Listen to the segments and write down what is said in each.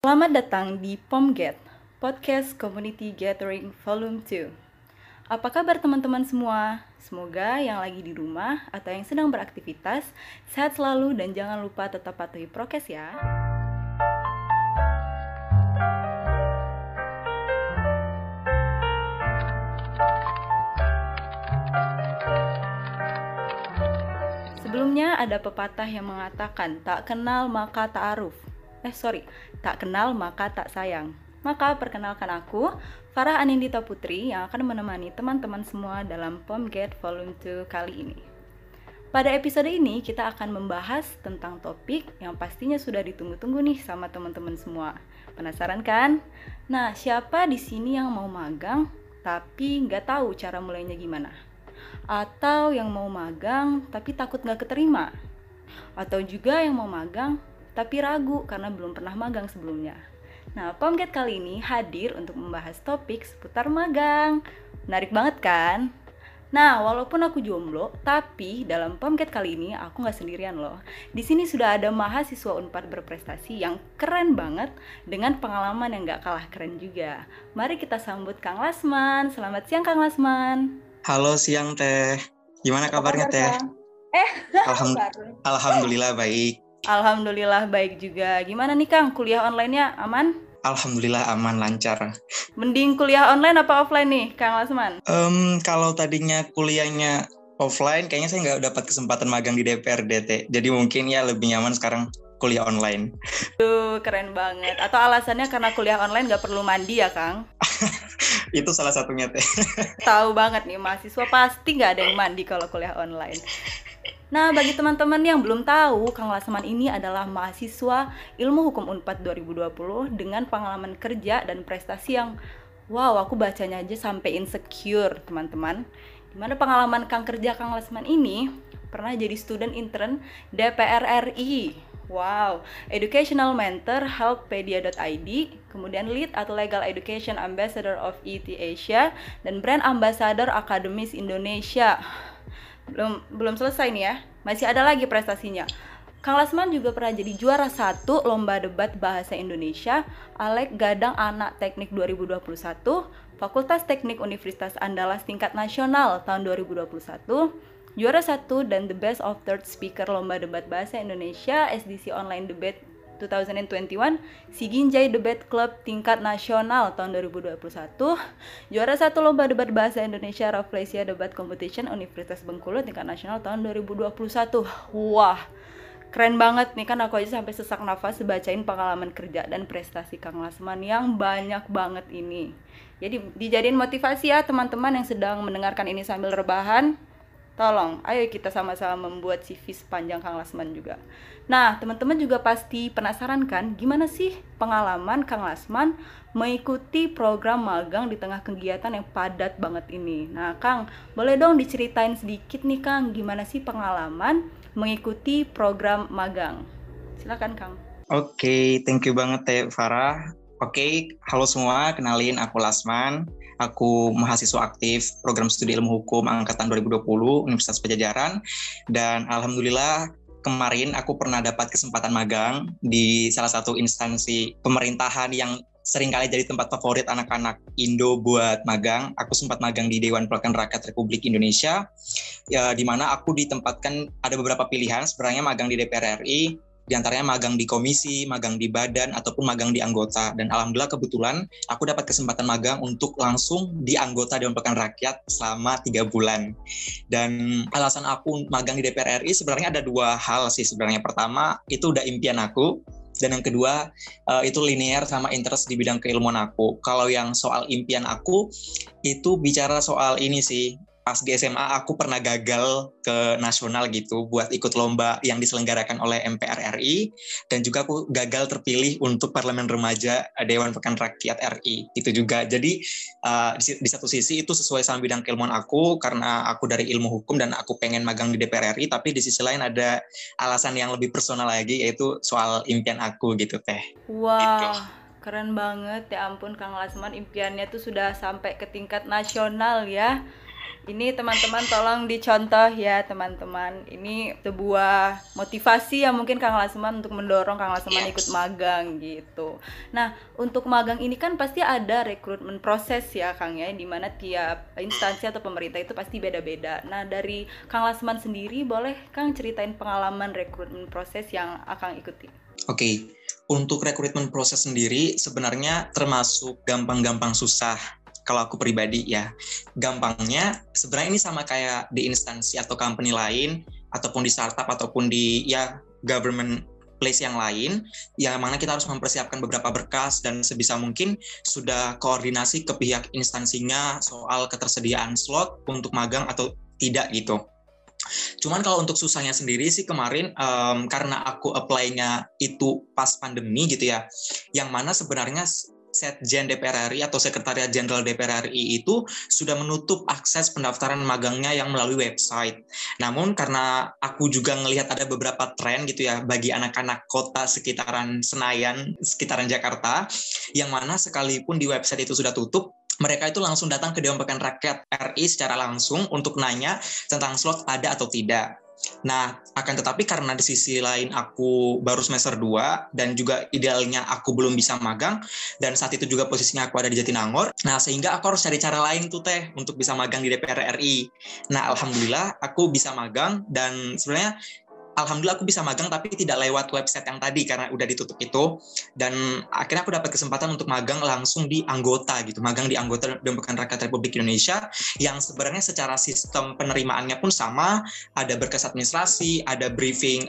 Selamat datang di POMGAT, Podcast Community Gathering Volume 2. Apa kabar teman-teman semua? Semoga yang lagi di rumah atau yang sedang beraktivitas sehat selalu dan jangan lupa tetap patuhi prokes ya. Sebelumnya ada pepatah yang mengatakan tak kenal maka ta'aruf. Tak kenal maka tak sayang. Maka perkenalkan aku, Farah Anindita Putri yang akan menemani teman-teman semua dalam POMGAT Volume 2 kali ini. Pada episode ini kita akan membahas tentang topik yang pastinya sudah ditunggu-tunggu nih sama teman-teman semua. Penasaran kan? Nah, siapa di sini yang mau magang tapi nggak tahu cara mulainya gimana? Atau yang mau magang tapi takut nggak keterima? Atau juga yang mau magang tapi ragu karena belum pernah magang sebelumnya. Nah, POMGAT kali ini hadir untuk membahas topik seputar magang. Menarik banget kan? Nah, walaupun aku jomblo, tapi dalam POMGAT kali ini aku nggak sendirian loh. Di sini sudah ada mahasiswa Unpad berprestasi yang keren banget dengan pengalaman yang nggak kalah keren juga. Mari kita sambut Kang Lasman. Selamat siang Kang Lasman. Halo siang Teh, gimana kabarnya Teh? Kang? Alhamdulillah baik. Alhamdulillah baik juga. Gimana nih Kang, kuliah online-nya aman? Alhamdulillah aman lancar. Mending kuliah online apa offline nih Kang Lasman? Kalau tadinya kuliahnya offline, kayaknya saya nggak dapat kesempatan magang di DPRD Teh. Jadi mungkin ya lebih nyaman sekarang kuliah online. Keren banget. Atau alasannya karena kuliah online nggak perlu mandi ya Kang? Itu salah satunya Teh. Tahu banget nih, mahasiswa pasti nggak ada yang mandi kalau kuliah online. Nah, bagi teman-teman yang belum tahu, Kang Lasman ini adalah mahasiswa Ilmu Hukum Unpad 2020 dengan pengalaman kerja dan prestasi yang wow, aku bacanya aja sampai insecure, teman-teman. Dimana pengalaman Kang kerja Kang Lasman ini pernah jadi student intern DPR RI. Wow, Educational Mentor Helppedia.id, kemudian Lead atau Legal Education Ambassador of ET Asia, dan Brand Ambassador Akademis Indonesia. Belum selesai nih ya, masih ada lagi prestasinya. Kang Lasman juga pernah jadi juara 1 Lomba Debat Bahasa Indonesia Alek Gadang Anak Teknik 2021, Fakultas Teknik Universitas Andalas tingkat nasional tahun 2021, juara 1 dan the best of third speaker Lomba Debat Bahasa Indonesia SDC Online Debate 2021, Siginjai Debat Club tingkat nasional tahun 2021, juara 1 Lomba Debat Bahasa Indonesia Rafflesia Debat Competition Universitas Bengkulu tingkat nasional tahun 2021. Wah, keren banget nih, kan aku aja sampai sesak nafas bacain pengalaman kerja dan prestasi Kang Lasman yang banyak banget ini. Jadi dijadiin motivasi ya teman-teman yang sedang mendengarkan ini sambil rebahan. Tolong, ayo kita sama-sama membuat CV sepanjang Kang Lasman juga. Nah, teman-teman juga pasti penasaran kan, gimana sih pengalaman Kang Lasman mengikuti program magang di tengah kegiatan yang padat banget ini. Nah, Kang, boleh dong diceritain sedikit nih Kang, gimana sih pengalaman mengikuti program magang? Silakan Kang. Oke, thank you banget Teh Farah. Oke, halo semua, kenalin aku Lasman. Aku mahasiswa aktif program studi ilmu hukum angkatan 2020 Universitas Pajajaran. Dan alhamdulillah kemarin aku pernah dapat kesempatan magang di salah satu instansi pemerintahan yang seringkali jadi tempat favorit anak-anak Indo buat magang. Aku sempat magang di Dewan Perwakilan Rakyat Republik Indonesia, ya, di mana aku ditempatkan ada beberapa pilihan sebenarnya magang di DPR RI, di antaranya magang di komisi, magang di badan, ataupun magang di anggota. Dan alhamdulillah kebetulan aku dapat kesempatan magang untuk langsung di anggota Dewan Perwakilan Rakyat selama 3 bulan. Dan alasan aku magang di DPR RI sebenarnya ada 2 hal sih sebenarnya. Pertama, itu udah impian aku. Dan yang kedua, itu linear sama interest di bidang keilmuan aku. Kalau yang soal impian aku, itu bicara soal ini sih. Pas di SMA aku pernah gagal ke nasional gitu buat ikut lomba yang diselenggarakan oleh MPR RI, dan juga aku gagal terpilih untuk Parlemen Remaja Dewan Perwakilan Rakyat RI itu juga. Jadi di satu sisi itu sesuai sama bidang keilmuan aku karena aku dari ilmu hukum dan aku pengen magang di DPR RI, tapi di sisi lain ada alasan yang lebih personal lagi, yaitu soal impian aku gitu Teh. Wah, Gitu. keren banget ya ampun Kang Lasman, impiannya tuh sudah sampai ke tingkat nasional ya. Ini teman-teman tolong dicontoh ya teman-teman. Ini sebuah motivasi yang mungkin Kang Lasman untuk mendorong Kang Lasman ikut magang gitu. Nah, untuk magang ini kan pasti ada rekrutmen proses ya Kang ya, di mana tiap instansi atau pemerintah itu pasti beda-beda. Nah, dari Kang Lasman sendiri boleh Kang ceritain pengalaman rekrutmen proses yang Akang ikuti? Oke, untuk rekrutmen proses sendiri sebenarnya termasuk gampang-gampang susah. Kalau aku pribadi ya, gampangnya sebenarnya ini sama kayak di instansi atau company lain, ataupun di startup, ataupun di ya government place yang lain, yang mana kita harus mempersiapkan beberapa berkas dan sebisa mungkin sudah koordinasi ke pihak instansinya soal ketersediaan slot untuk magang atau tidak gitu. Cuman kalau untuk susahnya sendiri sih kemarin karena aku apply-nya itu pas pandemi gitu ya, yang mana sebenarnya Setjen DPR RI atau Sekretariat Jenderal DPR RI itu sudah menutup akses pendaftaran magangnya yang melalui website. Namun karena aku juga ngelihat ada beberapa tren gitu ya bagi anak-anak kota sekitaran Senayan, sekitaran Jakarta, yang mana sekalipun di website itu sudah tutup, mereka itu langsung datang ke Dewan Perwakilan Rakyat RI secara langsung untuk nanya tentang slot ada atau tidak. Nah, akan tetapi karena di sisi lain aku baru semester 2 dan juga idealnya aku belum bisa magang dan saat itu juga posisinya aku ada di Jatinangor. Nah, sehingga aku harus cari cara lain tuh Teh untuk bisa magang di DPR RI. Nah, alhamdulillah aku bisa magang dan sebenarnya alhamdulillah aku bisa magang tapi tidak lewat website yang tadi karena udah ditutup itu, dan akhirnya aku dapat kesempatan untuk magang langsung di anggota gitu, magang di anggota Dewan Perwakilan Rakyat Republik Indonesia yang sebenarnya secara sistem penerimaannya pun sama, ada berkas administrasi, ada briefing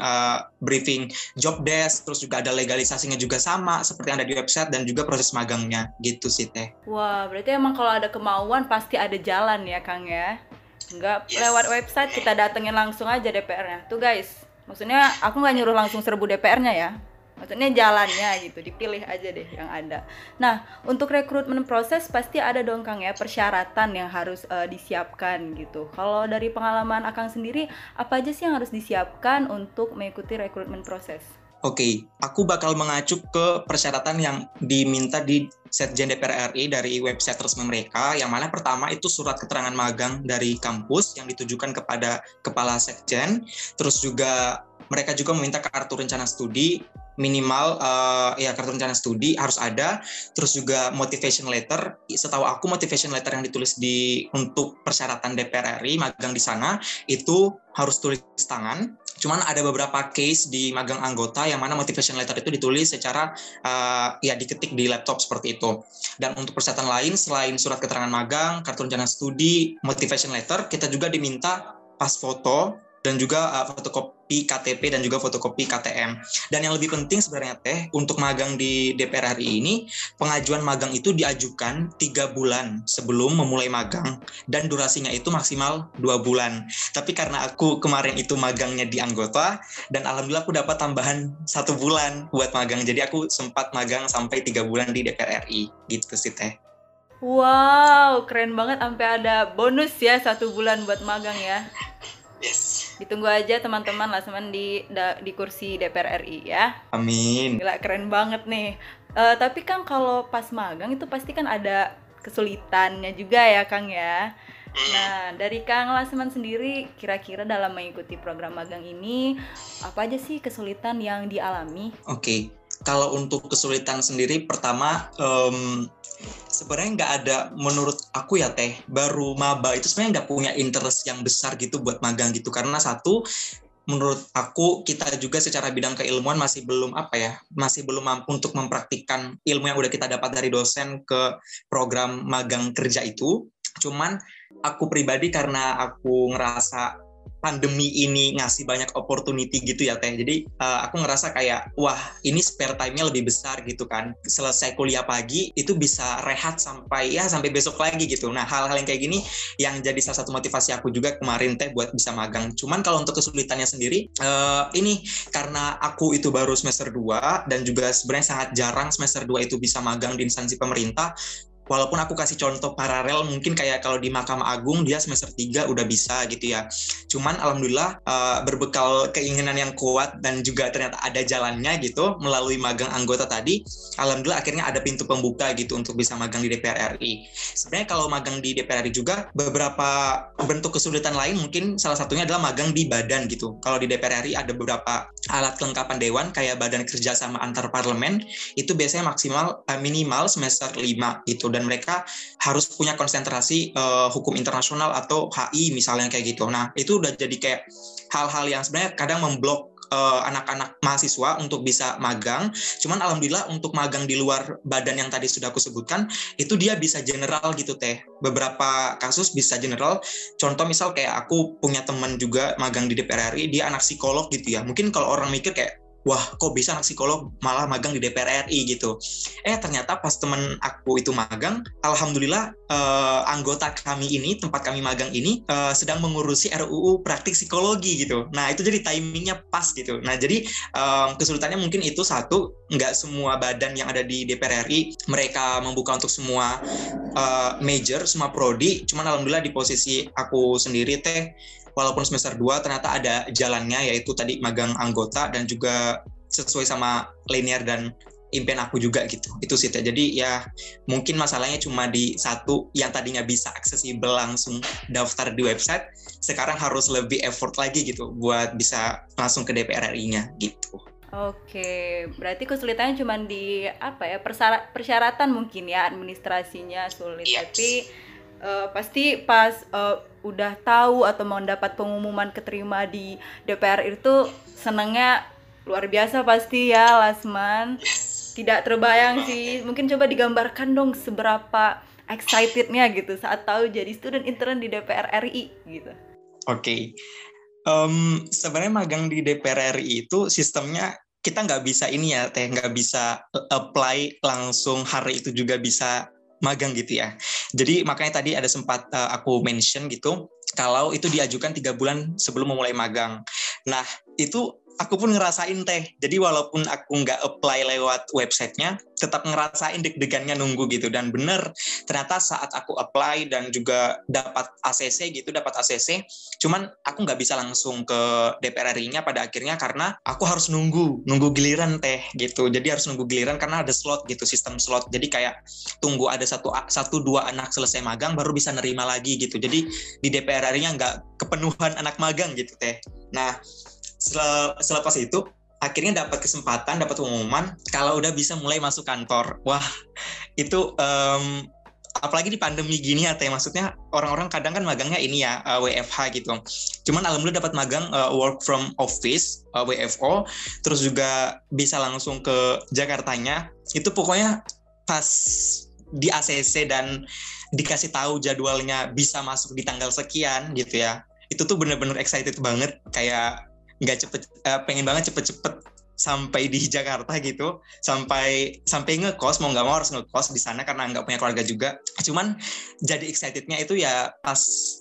job desk, terus juga ada legalisasinya juga sama seperti yang ada di website dan juga proses magangnya gitu sih Teh. Wah, berarti emang kalau ada kemauan pasti ada jalan ya Kang ya. Nggak lewat website, kita datengin langsung aja DPR-nya. Tuh guys, maksudnya aku nggak nyuruh langsung serbu DPR-nya ya. Maksudnya jalannya gitu, dipilih aja deh yang ada. Nah, untuk rekrutmen proses pasti ada dong Kang ya, persyaratan yang harus disiapkan gitu. Kalau dari pengalaman Akang sendiri, apa aja sih yang harus disiapkan untuk mengikuti rekrutmen proses? Oke, aku bakal mengacu ke persyaratan yang diminta di Setjen DPR RI dari website resmi mereka, yang mana pertama itu surat keterangan magang dari kampus yang ditujukan kepada kepala Setjen, terus juga mereka juga meminta kartu rencana studi, minimal kartu rencana studi harus ada, terus juga motivation letter. Setahu aku motivation letter yang ditulis untuk persyaratan DPR RI magang di sana itu harus tulis tangan. Cuman ada beberapa case di magang anggota yang mana motivation letter itu ditulis secara diketik di laptop seperti itu. Dan untuk persyaratan lain selain surat keterangan magang, kartu rencana studi, motivation letter, kita juga diminta pas foto dan juga fotokopi KTP dan juga fotokopi KTM. Dan yang lebih penting sebenarnya Teh, untuk magang di DPR RI ini, pengajuan magang itu diajukan 3 bulan sebelum memulai magang, dan durasinya itu maksimal 2 bulan. Tapi karena aku kemarin itu magangnya di anggota, dan alhamdulillah aku dapat tambahan 1 bulan buat magang, jadi aku sempat magang sampai 3 bulan di DPR RI, gitu sih Teh. Wow, keren banget sampai ada bonus ya 1 bulan buat magang ya. Yes. Ditunggu aja teman-teman Lasman di kursi DPR RI ya. Amin. Gila, keren banget nih. Tapi Kang, kalau pas magang itu pasti kan ada kesulitannya juga ya Kang ya. Nah, dari Kang Lasman sendiri, kira-kira dalam mengikuti program magang ini, apa aja sih kesulitan yang dialami? Oke, kalau untuk kesulitan sendiri, pertama sebenarnya nggak ada, menurut aku ya Teh, baru maba itu sebenarnya nggak punya interest yang besar gitu buat magang gitu, karena satu, menurut aku kita juga secara bidang keilmuan masih belum mampu untuk mempraktikkan ilmu yang udah kita dapat dari dosen ke program magang kerja itu. Cuman aku pribadi karena aku ngerasa pandemi ini ngasih banyak opportunity gitu ya Teh. Jadi aku ngerasa kayak wah ini spare time-nya lebih besar gitu kan. Selesai kuliah pagi itu bisa rehat sampai besok lagi gitu. Nah hal-hal yang kayak gini yang jadi salah satu motivasi aku juga kemarin Teh buat bisa magang. Cuman kalau untuk kesulitannya sendiri ini karena aku itu baru semester 2 dan juga sebenarnya sangat jarang semester 2 itu bisa magang di instansi pemerintah. walaupun aku kasih contoh paralel mungkin kayak kalau di Mahkamah Agung dia semester 3 udah bisa gitu ya. Cuman alhamdulillah berbekal keinginan yang kuat dan juga ternyata ada jalannya gitu melalui magang anggota tadi, alhamdulillah akhirnya ada pintu pembuka gitu untuk bisa magang di DPR RI. Sebenarnya kalau magang di DPR RI juga beberapa bentuk kesulitan lain, mungkin salah satunya adalah magang di badan gitu. Kalau di DPR RI ada beberapa alat kelengkapan dewan kayak badan kerjasama antar parlemen, itu biasanya maksimal minimal semester 5 gitu, dan mereka harus punya konsentrasi hukum internasional atau HI misalnya kayak gitu. Nah itu udah jadi kayak hal-hal yang sebenarnya kadang memblok anak-anak mahasiswa untuk bisa magang. Cuman alhamdulillah untuk magang di luar badan yang tadi sudah aku sebutkan, itu dia bisa general gitu teh. Beberapa kasus bisa general. Contoh misal kayak aku punya teman juga magang di DPR RI, dia anak psikolog gitu ya. Mungkin kalau orang mikir kayak, wah kok bisa anak psikolog malah magang di DPR RI gitu. Ternyata pas temen aku itu magang, alhamdulillah anggota kami ini, tempat kami magang ini sedang mengurusi RUU praktik psikologi gitu. Nah itu jadi timingnya pas gitu. Nah jadi kesulitannya mungkin itu satu, nggak semua badan yang ada di DPR RI mereka membuka untuk semua major, semua prodi. Cuman alhamdulillah di posisi aku sendiri teh, walaupun semester 2 ternyata ada jalannya, yaitu tadi magang anggota dan juga sesuai sama linear dan impian aku juga gitu. Itu sih. Jadi ya mungkin masalahnya cuma di satu, yang tadinya bisa aksesibel langsung daftar di website, sekarang harus lebih effort lagi gitu buat bisa langsung ke DPR RI-nya gitu. Oke, berarti kesulitannya cuma di apa ya, persyaratan mungkin ya, administrasinya sulit. Yes. Tapi pasti pas udah tahu atau mau dapat pengumuman keterima di DPR itu senangnya luar biasa pasti ya, Lasman. Tidak terbayang sih. Mungkin coba digambarkan dong seberapa excitednya gitu saat tahu jadi student intern di DPR RI gitu. Oke. Sebenarnya magang di DPR RI itu sistemnya kita nggak bisa ini ya teh, nggak bisa apply langsung hari itu juga bisa magang gitu ya. Jadi makanya tadi ada sempat aku mention gitu, kalau itu diajukan 3 bulan sebelum memulai magang. Nah itu aku pun ngerasain teh. Jadi walaupun aku nggak apply lewat websitenya, tetap ngerasain deg-degannya nunggu gitu. Dan bener, ternyata saat aku apply dan juga dapat ACC gitu, dapat ACC, cuman aku nggak bisa langsung ke DPR RI-nya pada akhirnya karena aku harus nunggu giliran teh gitu. Jadi harus nunggu giliran karena ada slot gitu, sistem slot. Jadi kayak tunggu ada 1-2 anak selesai magang baru bisa nerima lagi gitu. Jadi di DPR RI-nya nggak kepenuhan anak magang gitu teh. Nah selepas itu akhirnya dapat kesempatan, dapat pengumuman kalau udah bisa mulai masuk kantor. Wah itu apalagi di pandemi gini ya teh, maksudnya orang-orang kadang kan magangnya ini ya WFH gitu. Cuman alhamdulillah dapat magang work from office WFO, terus juga bisa langsung ke Jakartanya. Itu pokoknya pas di ACC dan dikasih tahu jadwalnya bisa masuk di tanggal sekian gitu ya. Itu tuh bener-bener excited banget, kayak pengen banget cepet-cepet sampai di Jakarta gitu, sampai ngekos, mau nggak mau harus ngekos di sana karena nggak punya keluarga juga. Cuman jadi excitednya itu ya pas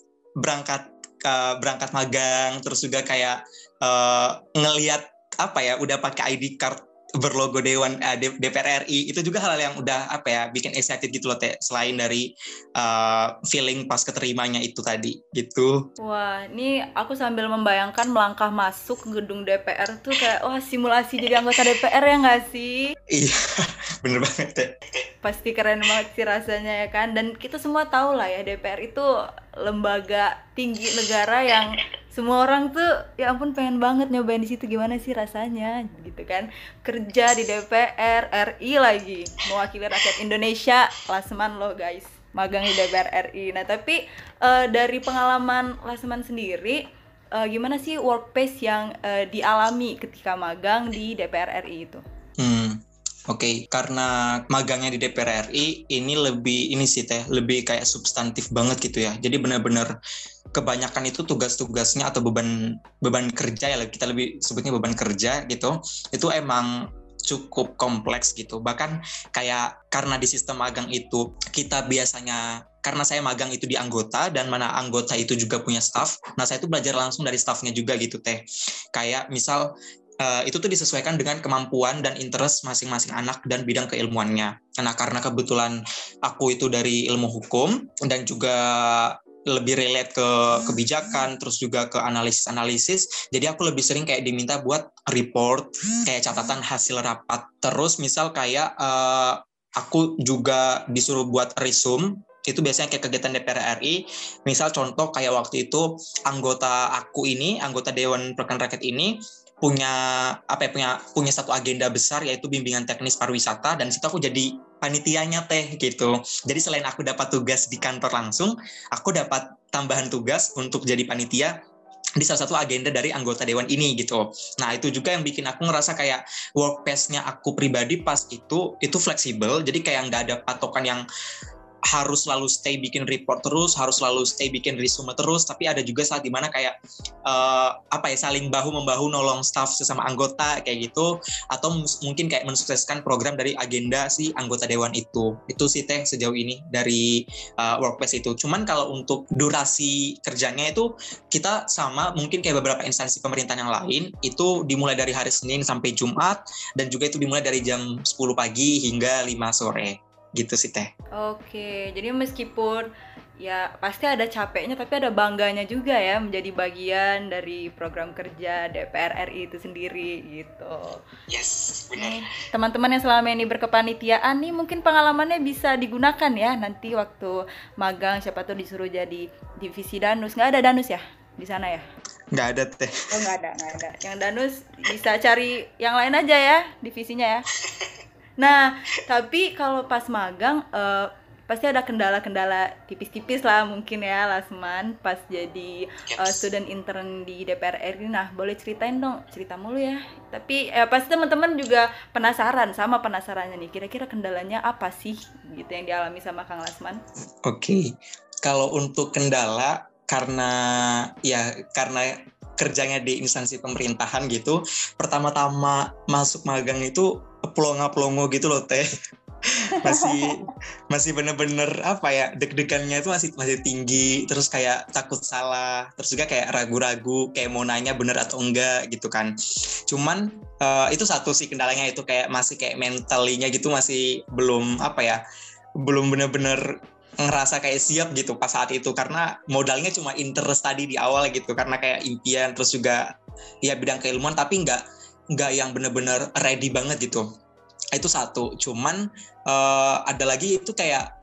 berangkat magang, terus juga kayak ngelihat apa ya, udah pakai ID card berlogo Dewan DPR RI, itu juga hal yang udah apa ya, bikin excited gitu loh teh, selain dari feeling pas keterimanya itu tadi gitu. Wah, ini aku sambil membayangkan melangkah masuk ke gedung DPR tuh kayak, wah simulasi jadi anggota DPR ya nggak sih? Iya, bener banget teh. Pasti keren banget sih rasanya ya kan. Dan kita semua tahu lah ya, DPR itu lembaga tinggi negara yang semua orang tuh ya ampun pengen banget nyobain di situ, gimana sih rasanya gitu kan, kerja di DPR RI lagi mewakili rakyat Indonesia. Lasman loh guys, magang di DPR RI. Nah tapi dari pengalaman Lasman sendiri, gimana sih workplace yang dialami ketika magang di DPR RI itu? Oke, karena magangnya di DPR RI ini lebih lebih kayak substantif banget gitu ya. Jadi benar-benar kebanyakan itu tugas-tugasnya atau beban kerja ya, kita lebih sebutnya beban kerja gitu. Itu emang cukup kompleks gitu. Bahkan kayak karena di sistem magang itu kita biasanya, karena saya magang itu di anggota dan mana anggota itu juga punya staff. Nah, saya itu belajar langsung dari staffnya juga gitu teh. Kayak misal itu tuh disesuaikan dengan kemampuan dan interest masing-masing anak dan bidang keilmuannya. Nah, karena kebetulan aku itu dari ilmu hukum dan juga lebih relate ke kebijakan, terus juga ke analisis. Jadi aku lebih sering kayak diminta buat report, kayak catatan hasil rapat. Terus misal kayak aku juga disuruh buat resume, itu biasanya kayak kegiatan DPR RI. Misal contoh kayak waktu itu anggota Dewan Perwakilan Rakyat ini punya satu agenda besar, yaitu bimbingan teknis pariwisata, dan situ aku jadi panitianya gitu. Jadi selain aku dapat tugas di kantor langsung, aku dapat tambahan tugas untuk jadi panitia di salah satu agenda dari anggota dewan ini gitu. Nah itu juga yang bikin aku ngerasa kayak work pace-nya aku pribadi pas itu fleksibel. Jadi kayak nggak ada patokan yang harus selalu stay bikin report terus, harus selalu stay bikin resume terus, tapi ada juga saat dimana kayak saling bahu-membahu nolong staff sesama anggota kayak gitu, atau mungkin kayak mensukseskan program dari agenda si anggota dewan itu sih teh sejauh ini dari workplace itu. Cuman kalau untuk durasi kerjanya itu kita sama mungkin kayak beberapa instansi pemerintahan yang lain, itu dimulai dari hari Senin sampai Jumat, dan juga itu dimulai dari jam 10 pagi hingga 5 sore. Gitu sih teh. Oke, jadi meskipun ya pasti ada capeknya, tapi ada bangganya juga ya menjadi bagian dari program kerja DPR RI itu sendiri gitu. Yes, benar. Teman-teman yang selama ini berkepanitiaan nih mungkin pengalamannya bisa digunakan ya nanti waktu magang, siapa tuh disuruh jadi divisi danus. Nggak ada danus ya di sana ya? Nggak ada teh. Oh nggak ada. Yang danus bisa cari yang lain aja ya divisinya ya. Nah, tapi kalau pas magang pasti ada kendala-kendala tipis-tipis lah mungkin ya Lasman pas jadi student intern di DPR RI. Nah, boleh ceritain dong, cerita mulu ya. Tapi pasti teman-teman juga penasarannya nih, kira-kira kendalanya apa sih gitu yang dialami sama Kang Lasman? Oke. Kalau untuk kendala karena kerjanya di instansi pemerintahan gitu, pertama-tama masuk magang itu pelongo-pelongo gitu loh teh. masih bener-bener deg-degannya itu masih tinggi, terus kayak takut salah, terus juga kayak ragu-ragu kayak mau nanya bener atau enggak gitu kan. Cuman itu satu sih kendalanya, itu kayak masih kayak mentalinya gitu masih belum bener-bener ngerasa kayak siap gitu pas saat itu, karena modalnya cuma interest tadi di awal gitu, karena kayak impian terus juga ya bidang keilmuan, tapi nggak yang bener-bener ready banget gitu. Itu satu. Cuman ada lagi itu kayak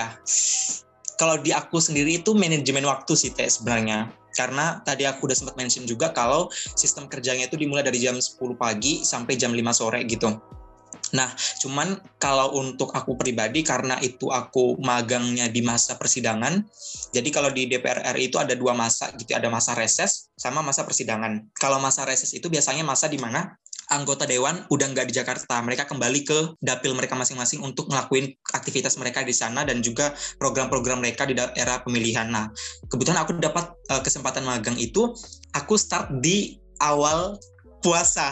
kalau di aku sendiri itu manajemen waktu sih teh sebenarnya. Karena tadi aku udah sempat mention juga kalau sistem kerjanya itu dimulai dari jam 10 pagi sampai jam 5 sore gitu. Nah, cuman kalau untuk aku pribadi, karena itu aku magangnya di masa persidangan, jadi kalau di DPR RI itu ada 2 masa gitu, ada masa reses sama masa persidangan. Kalau masa reses itu biasanya masa di mana anggota dewan udah nggak di Jakarta, mereka kembali ke dapil mereka masing-masing untuk ngelakuin aktivitas mereka di sana dan juga program-program mereka di era pemilihan. Nah, kebetulan aku dapat kesempatan magang itu, aku start di awal puasa.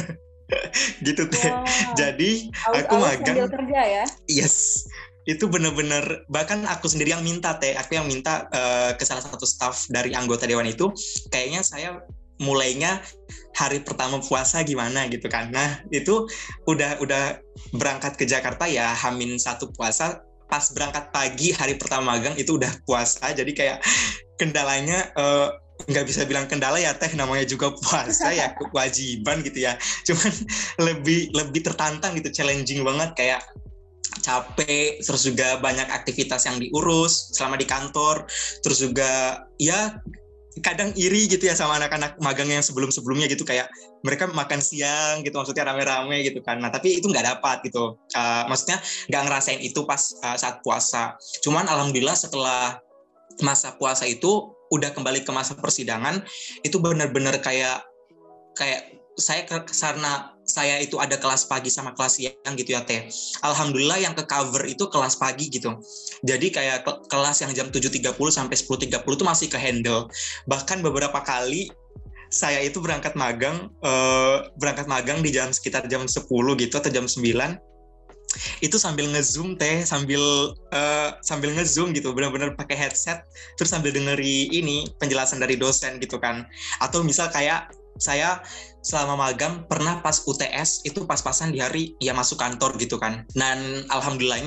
Gitu teh. Wow. Jadi aku magang sambil kerja ya. Yes. Itu bener-bener, bahkan aku sendiri yang minta teh, aku yang minta ke salah satu staff dari anggota dewan itu, kayaknya saya mulainya hari pertama puasa gimana gitu kan. Nah, itu udah berangkat ke Jakarta ya H-1 puasa, pas berangkat pagi hari pertama magang itu udah puasa. Jadi kayak kendalanya nggak bisa bilang kendala ya teh, namanya juga puasa ya kewajiban gitu ya. Cuman lebih tertantang gitu, challenging banget, kayak capek, terus juga banyak aktivitas yang diurus selama di kantor, terus juga ya kadang iri gitu ya sama anak-anak magang yang sebelum-sebelumnya gitu, kayak mereka makan siang gitu, maksudnya rame-rame gitu kan. Nah tapi itu nggak dapat gitu, maksudnya nggak ngerasain itu pas saat puasa. Cuman alhamdulillah setelah masa puasa itu udah kembali ke masa persidangan, itu benar-benar kayak saya, karena saya itu ada kelas pagi sama kelas siang gitu ya teh. Alhamdulillah yang ke cover itu kelas pagi gitu. Jadi kayak kelas yang jam 7.30 sampai 10.30 itu masih ke handle. Bahkan beberapa kali saya itu berangkat magang di sekitar jam 10 gitu atau jam 9. Itu sambil nge-zoom teh, sambil nge-zoom gitu, benar-benar pakai headset, terus sambil dengeri ini penjelasan dari dosen gitu kan. Atau misal kayak saya selama magang pernah pas UTS itu pas-pasan di hari ya masuk kantor gitu kan. Dan alhamdulillahnya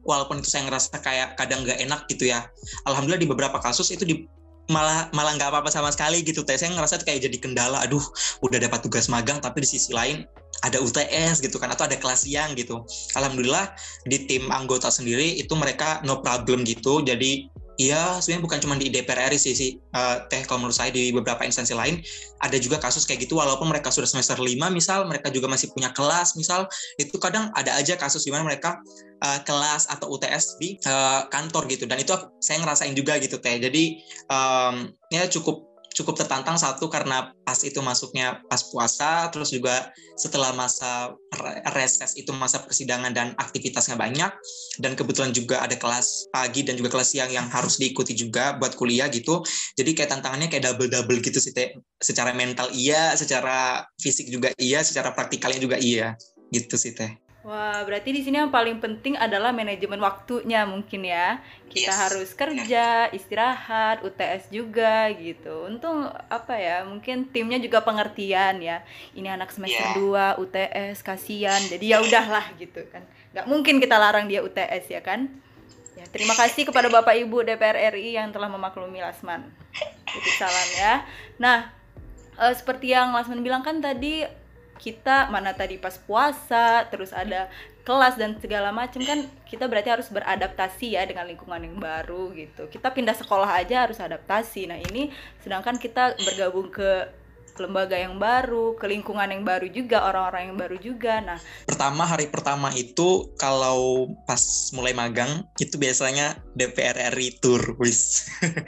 walaupun itu saya ngerasa kayak kadang nggak enak gitu ya, alhamdulillah di beberapa kasus itu malah nggak apa-apa sama sekali gitu teh. Saya ngerasa kayak jadi kendala, aduh udah dapat tugas magang tapi di sisi lain ada UTS gitu kan, atau ada kelas siang gitu. Alhamdulillah di tim anggota sendiri itu mereka no problem gitu. Jadi iya, sebenarnya bukan cuma di DPR RI sih teh, kalau menurut saya di beberapa instansi lain ada juga kasus kayak gitu, walaupun mereka sudah semester 5 misal, mereka juga masih punya kelas misal, itu kadang ada aja kasus di mana mereka kelas atau UTS di kantor gitu, dan itu saya ngerasain juga gitu teh. Jadi ya cukup tertantang, satu karena pas itu masuknya pas puasa, terus juga setelah masa reses itu masa persidangan dan aktivitasnya banyak, dan kebetulan juga ada kelas pagi dan juga kelas siang yang harus diikuti juga buat kuliah gitu. Jadi kayak tantangannya kayak double gitu sih teh, secara mental iya, secara fisik juga iya, secara praktikalnya juga iya gitu sih teh. Wah, berarti di sini yang paling penting adalah manajemen waktunya mungkin ya. Kita harus kerja, istirahat, UTS juga gitu. Untung apa ya, mungkin timnya juga pengertian ya. Ini anak semester 2 UTS, kasihan. Jadi ya udahlah gitu kan. Nggak mungkin kita larang dia UTS ya kan. Ya, terima kasih kepada Bapak Ibu DPR RI yang telah memaklumi Lasman. Titip salam ya. Nah, seperti yang Lasman bilang kan tadi, kita mana tadi pas puasa, terus ada kelas dan segala macam kan, kita berarti harus beradaptasi ya dengan lingkungan yang baru gitu. Kita pindah sekolah aja harus adaptasi. Nah ini sedangkan kita bergabung ke lembaga yang baru, ke lingkungan yang baru juga, orang-orang yang baru juga. Nah, hari pertama itu kalau pas mulai magang itu biasanya DPR RI tour, wis.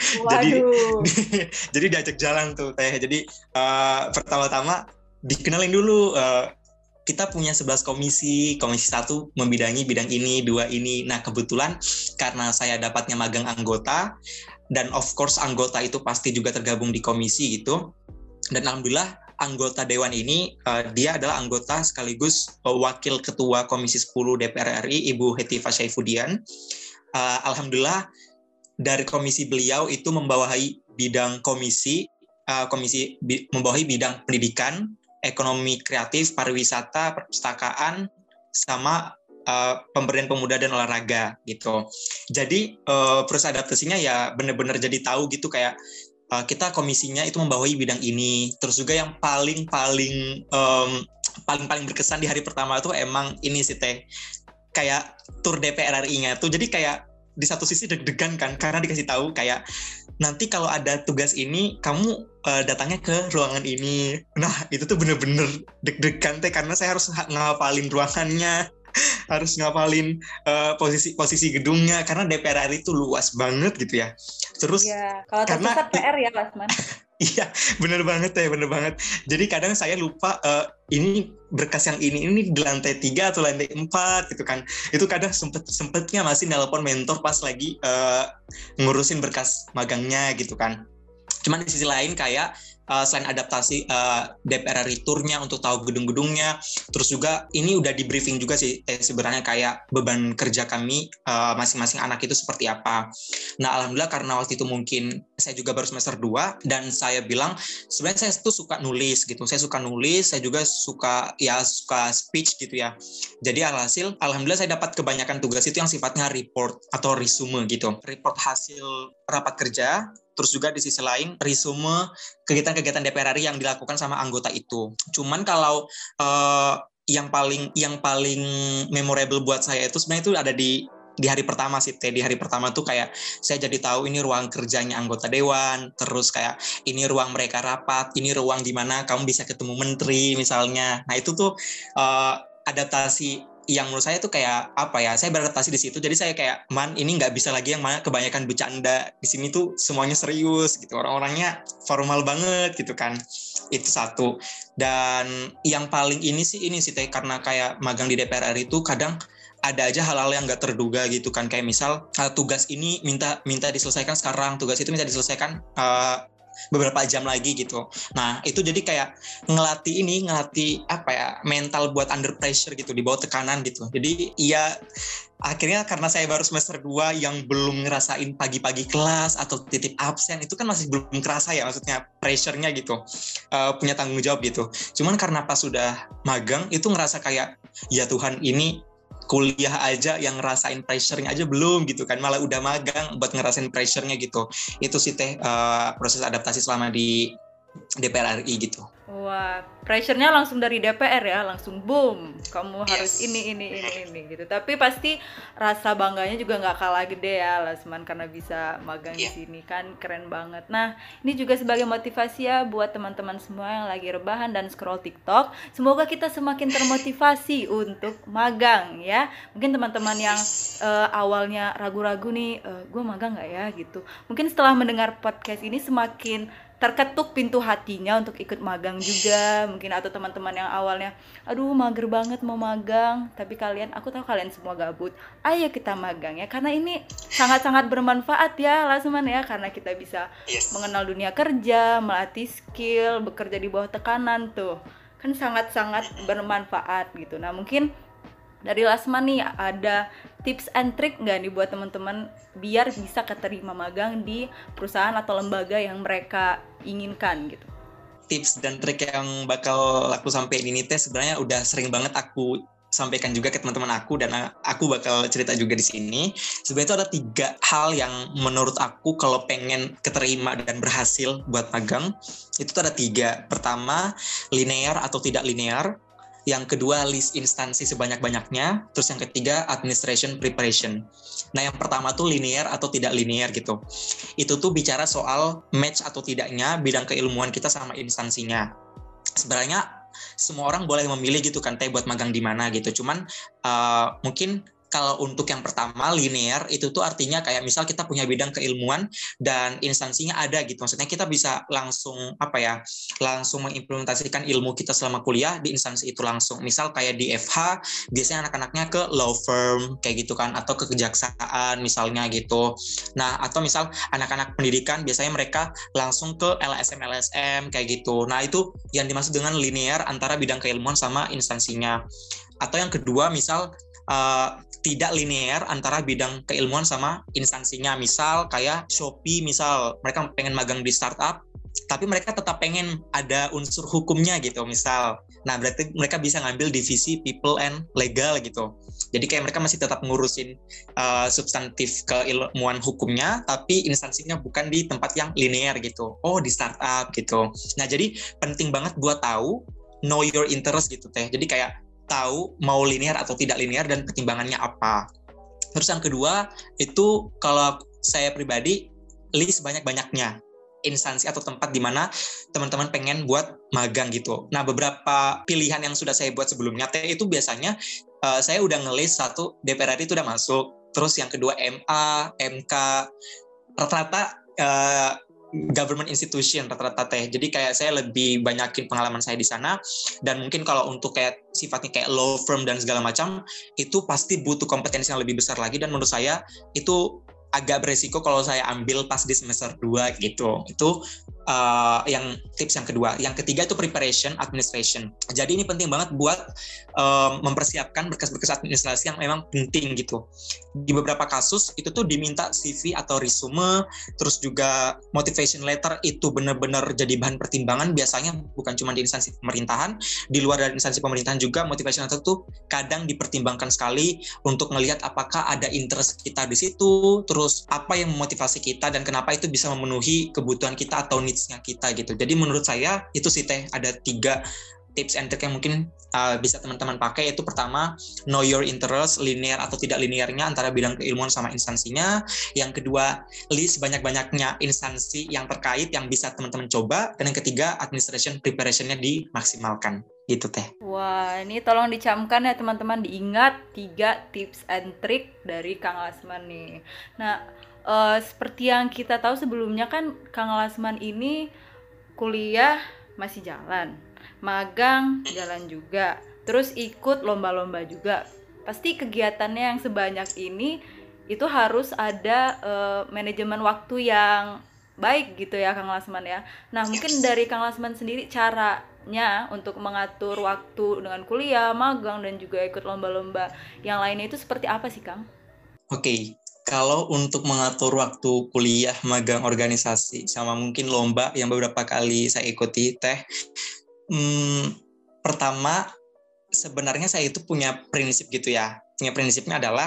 jadi diajak jalan tuh teh. Jadi pertama-tama dikenalin dulu, kita punya 11 komisi 1 membidangi bidang ini, 2 ini. Nah kebetulan karena saya dapatnya magang anggota, dan of course anggota itu pasti juga tergabung di komisi gitu, dan alhamdulillah anggota dewan ini dia adalah anggota sekaligus wakil ketua komisi 10 DPR RI, Ibu Hetiva Syaifudian. Alhamdulillah dari komisi beliau itu membawahi bidang membawahi bidang pendidikan, ekonomi kreatif, pariwisata, perpustakaan, sama pemberdayaan pemuda dan olahraga gitu. Jadi proses adaptasinya ya benar-benar jadi tahu gitu, kayak kita komisinya itu membawahi bidang ini. Terus juga yang paling berkesan di hari pertama itu emang ini sih teh, kayak tur DPR RI-nya tuh. Jadi kayak di satu sisi deg-degan kan, karena dikasih tahu kayak nanti kalau ada tugas ini kamu datangnya ke ruangan ini. Nah itu tuh bener-bener deg-degan teh, karena saya harus ngapalin ruangannya, harus ngapalin posisi gedungnya, karena DPR RI itu luas banget gitu ya. Terus ya, kalau tersesat PR ya Lasman. Iya, bener banget. Jadi kadang saya lupa ini berkas yang ini di lantai 3 atau lantai 4 gitu kan. Itu kadang sempetnya masih nelpon mentor pas lagi ngurusin berkas magangnya gitu kan. Cuman di sisi lain kayak selain adaptasi DPR RI tournya untuk tahu gedung-gedungnya, terus juga ini udah di briefing juga sih sebenarnya kayak beban kerja kami masing-masing anak itu seperti apa. Nah alhamdulillah karena waktu itu mungkin saya juga baru semester 2, dan saya bilang sebenarnya saya tuh suka nulis gitu. Saya suka nulis, saya juga suka speech gitu ya. Jadi alhasil alhamdulillah saya dapat kebanyakan tugas itu yang sifatnya report atau resume gitu. Report hasil rapat kerja, terus juga di sisi lain resume kegiatan-kegiatan DPR RI yang dilakukan sama anggota itu. Cuman kalau yang paling memorable buat saya itu sebenarnya itu ada di hari pertama sih teh. Di hari pertama tuh kayak saya jadi tahu ini ruang kerjanya anggota dewan, terus kayak ini ruang mereka rapat, ini ruang di mana kamu bisa ketemu menteri misalnya. Nah itu tuh adaptasi yang menurut saya tuh kayak apa ya, saya beradaptasi di situ. Jadi saya kayak ini nggak bisa lagi yang mana kebanyakan bercanda. Di sini tuh semuanya serius gitu, orang-orangnya formal banget gitu kan. Itu satu. Dan yang paling ini sih teh, karena kayak magang di DPR RI itu kadang ada aja hal-hal yang nggak terduga gitu kan, kayak misal tugas ini minta diselesaikan sekarang, tugas itu minta diselesaikan beberapa jam lagi gitu. Nah itu jadi kayak ngelatih apa ya, mental buat under pressure gitu, di bawah tekanan gitu. Jadi ya akhirnya karena saya baru semester 2 yang belum ngerasain pagi-pagi kelas atau titip absen, itu kan masih belum kerasa ya, maksudnya pressure-nya gitu, punya tanggung jawab gitu. Cuman karena pas sudah magang itu ngerasa kayak ya Tuhan, ini kuliah aja yang ngerasain pressure-nya aja belum gitu kan, malah udah magang buat ngerasain pressure-nya gitu. Itu sih Teh proses adaptasi selama di DPR RI gitu. Wah, pressure-nya langsung dari DPR ya, langsung boom, kamu harus Yes. ini gitu. Tapi pasti rasa bangganya juga nggak kalah gede ya, Lasman, karena bisa magang di sini kan, keren banget. Nah, ini juga sebagai motivasi ya buat teman-teman semua yang lagi rebahan dan scroll TikTok. Semoga kita semakin termotivasi untuk magang ya. Mungkin teman-teman yang awalnya ragu-ragu nih, gue magang nggak ya gitu. Mungkin setelah mendengar podcast ini semakin terketuk pintu hatinya untuk ikut magang juga mungkin, atau teman-teman yang awalnya aduh mager banget mau magang, tapi aku tahu kalian semua gabut, ayo kita magang ya, karena ini sangat-sangat bermanfaat ya Lasman ya, karena kita bisa mengenal dunia kerja, melatih skill, bekerja di bawah tekanan tuh kan sangat-sangat bermanfaat gitu. Nah mungkin dari Lasman nih ada tips and trick nggak nih buat teman-teman biar bisa keterima magang di perusahaan atau lembaga yang mereka inginkan gitu? Tips dan trik yang bakal aku sampaikan ini Teh sebenarnya udah sering banget aku sampaikan juga ke teman-teman aku, dan aku bakal cerita juga di sini. Sebenarnya itu ada 3 hal yang menurut aku kalau pengen keterima dan berhasil buat magang, itu tuh ada 3. Pertama, linear atau tidak linear. Yang kedua, list instansi sebanyak-banyaknya. Terus yang ketiga, administration preparation. Nah, yang pertama tuh linear atau tidak linear gitu. Itu tuh bicara soal match atau tidaknya bidang keilmuan kita sama instansinya. Sebenarnya semua orang boleh memilih gitu kan Teh buat magang di mana gitu. Cuman mungkin kalau untuk yang pertama linear itu tuh artinya kayak misal kita punya bidang keilmuan dan instansinya ada gitu. Maksudnya kita bisa langsung langsung mengimplementasikan ilmu kita selama kuliah di instansi itu langsung. Misal kayak di FH biasanya anak-anaknya ke law firm kayak gitu kan, atau ke kejaksaan misalnya gitu. Nah, atau misal anak-anak pendidikan biasanya mereka langsung ke LSM kayak gitu. Nah, itu yang dimaksud dengan linear antara bidang keilmuan sama instansinya. Atau yang kedua misal tidak linear antara bidang keilmuan sama instansinya. Misal kayak Shopee, misal mereka pengen magang di startup, tapi mereka tetap pengen ada unsur hukumnya gitu misal. Nah, berarti mereka bisa ngambil divisi people and legal gitu. Jadi kayak mereka masih tetap ngurusin substantif keilmuan hukumnya, tapi instansinya bukan di tempat yang linear gitu. Oh, di startup gitu. Nah, jadi penting banget buat tahu know your interest gitu Teh. Jadi kayak tahu mau linear atau tidak linear dan pertimbangannya apa. Terus yang kedua itu kalau saya pribadi list banyak-banyaknya instansi atau tempat di mana teman-teman pengen buat magang gitu. Nah, beberapa pilihan yang sudah saya buat sebelumnya itu biasanya saya udah nge-list satu DPR RI itu udah masuk. Terus yang kedua MA, MK, rata-rata government institution rata-rata Teh. Jadi kayak saya lebih banyakin pengalaman saya di sana, dan mungkin kalau untuk kayak sifatnya kayak law firm dan segala macam itu pasti butuh kompetensi yang lebih besar lagi, dan menurut saya itu agak beresiko kalau saya ambil pas di semester 2 gitu. Itu yang tips yang kedua. Yang ketiga itu preparation administration. Jadi ini penting banget buat mempersiapkan berkas-berkas administrasi yang memang penting gitu. Di beberapa kasus itu tuh diminta CV atau resume, terus juga motivation letter itu benar-benar jadi bahan pertimbangan, biasanya bukan cuma di instansi pemerintahan, di luar dari instansi pemerintahan juga motivation letter tuh kadang dipertimbangkan sekali untuk melihat apakah ada interest kita di situ, terus apa yang memotivasi kita dan kenapa itu bisa memenuhi kebutuhan kita atau needs-nya kita gitu. Jadi menurut saya itu sih Teh, ada 3 tips and trick yang mungkin bisa teman-teman pakai, yaitu pertama, know your interest, linear atau tidak linearnya antara bidang keilmuan sama instansinya. Yang kedua, list banyak-banyaknya instansi yang terkait yang bisa teman-teman coba. Dan yang ketiga, administration preparation-nya dimaksimalkan. Gitu Teh. Wah, ini tolong dicamkan ya teman-teman, diingat 3 tips and trick dari Kang Lasman nih. Nah, seperti yang kita tahu sebelumnya kan Kang Lasman ini kuliah masih jalan, magang jalan juga, terus ikut lomba-lomba juga. Pasti kegiatannya yang sebanyak ini itu harus ada manajemen waktu yang baik gitu ya Kang Lasman ya. Nah, mungkin dari Kang Lasman sendiri caranya untuk mengatur waktu dengan kuliah, magang, dan juga ikut lomba-lomba yang lainnya itu seperti apa sih Kang? Oke. Kalau untuk mengatur waktu kuliah, magang, organisasi, sama mungkin lomba yang beberapa kali saya ikuti Teh, pertama sebenarnya saya itu punya prinsip gitu ya. prinsipnya adalah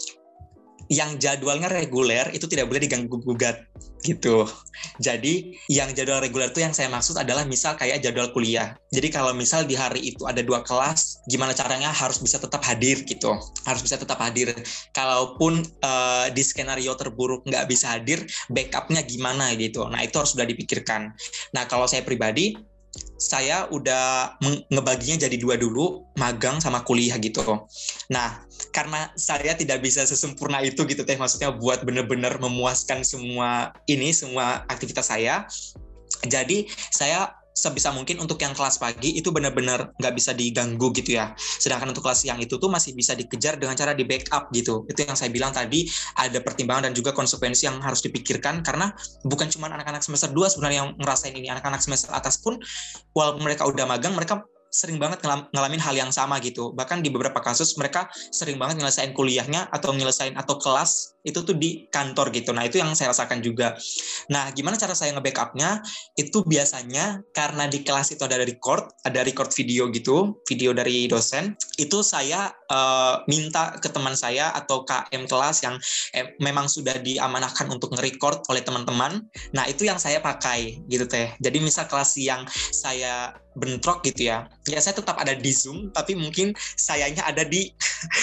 yang jadwalnya reguler itu tidak boleh diganggu-gugat gitu. Jadi yang jadwal reguler itu yang saya maksud adalah misal kayak jadwal kuliah. Jadi kalau misal di hari itu ada 2 kelas, gimana caranya harus bisa tetap hadir gitu. Harus bisa tetap hadir. Kalaupun di skenario terburuk nggak bisa hadir, backupnya gimana gitu. Nah itu harus sudah dipikirkan. Nah kalau saya pribadi, saya udah ngebaginya jadi 2 dulu, magang sama kuliah gitu. Nah, karena saya tidak bisa sesempurna itu gitu teh, maksudnya buat bener-bener memuaskan semua aktivitas saya. Jadi saya sebisa mungkin untuk yang kelas pagi itu benar-benar nggak bisa diganggu gitu ya. Sedangkan untuk kelas siang itu tuh masih bisa dikejar dengan cara di backup gitu. Itu yang saya bilang tadi, ada pertimbangan dan juga konsekuensi yang harus dipikirkan, karena bukan cuma anak-anak semester 2 sebenarnya yang ngerasain ini, anak-anak semester atas pun walaupun mereka udah magang, mereka sering banget ngalamin hal yang sama gitu. Bahkan di beberapa kasus mereka sering banget nyelesain kuliahnya atau kelas itu tuh di kantor gitu. Nah itu yang saya rasakan juga. Nah gimana cara saya nge-backupnya? Itu biasanya karena di kelas itu ada record video gitu, video dari dosen. Itu saya minta ke teman saya atau KM kelas yang memang sudah diamanahkan untuk nge-record oleh teman-teman. Nah itu yang saya pakai gitu teh. Jadi misal kelas yang saya bentrok gitu ya saya tetap ada di Zoom, tapi mungkin sayanya ada di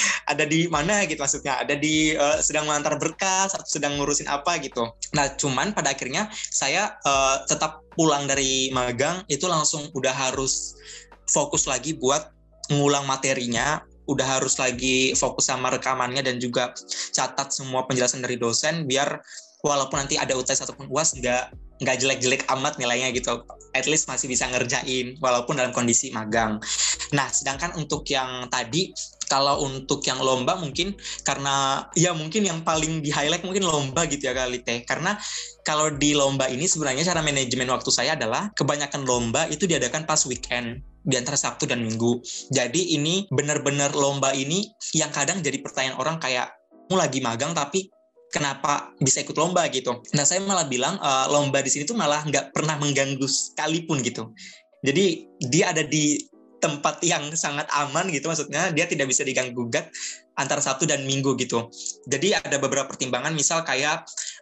mana gitu, maksudnya ada di sedang mengantar berkas atau sedang ngurusin apa gitu. Nah cuman pada akhirnya saya tetap pulang dari magang itu langsung udah harus fokus lagi buat ngulang materinya, udah harus lagi fokus sama rekamannya dan juga catat semua penjelasan dari dosen, biar walaupun nanti ada UTS ataupun UAS nggak jelek-jelek amat nilainya gitu, at least masih bisa ngerjain walaupun dalam kondisi magang. Nah sedangkan untuk yang tadi, kalau untuk yang lomba mungkin karena ya mungkin yang paling di highlight mungkin lomba gitu ya kali teh, karena kalau di lomba ini sebenarnya cara manajemen waktu saya adalah kebanyakan lomba itu diadakan pas weekend di antara Sabtu dan Minggu. Jadi ini benar-benar lomba ini yang kadang jadi pertanyaan orang kayak, mau lagi magang tapi kenapa bisa ikut lomba gitu. Nah saya malah bilang lomba di sini tuh malah nggak pernah mengganggu sekalipun gitu. Jadi dia ada di tempat yang sangat aman gitu, maksudnya dia tidak bisa diganggu-gugat antara Sabtu dan Minggu gitu. Jadi ada beberapa pertimbangan, misal kayak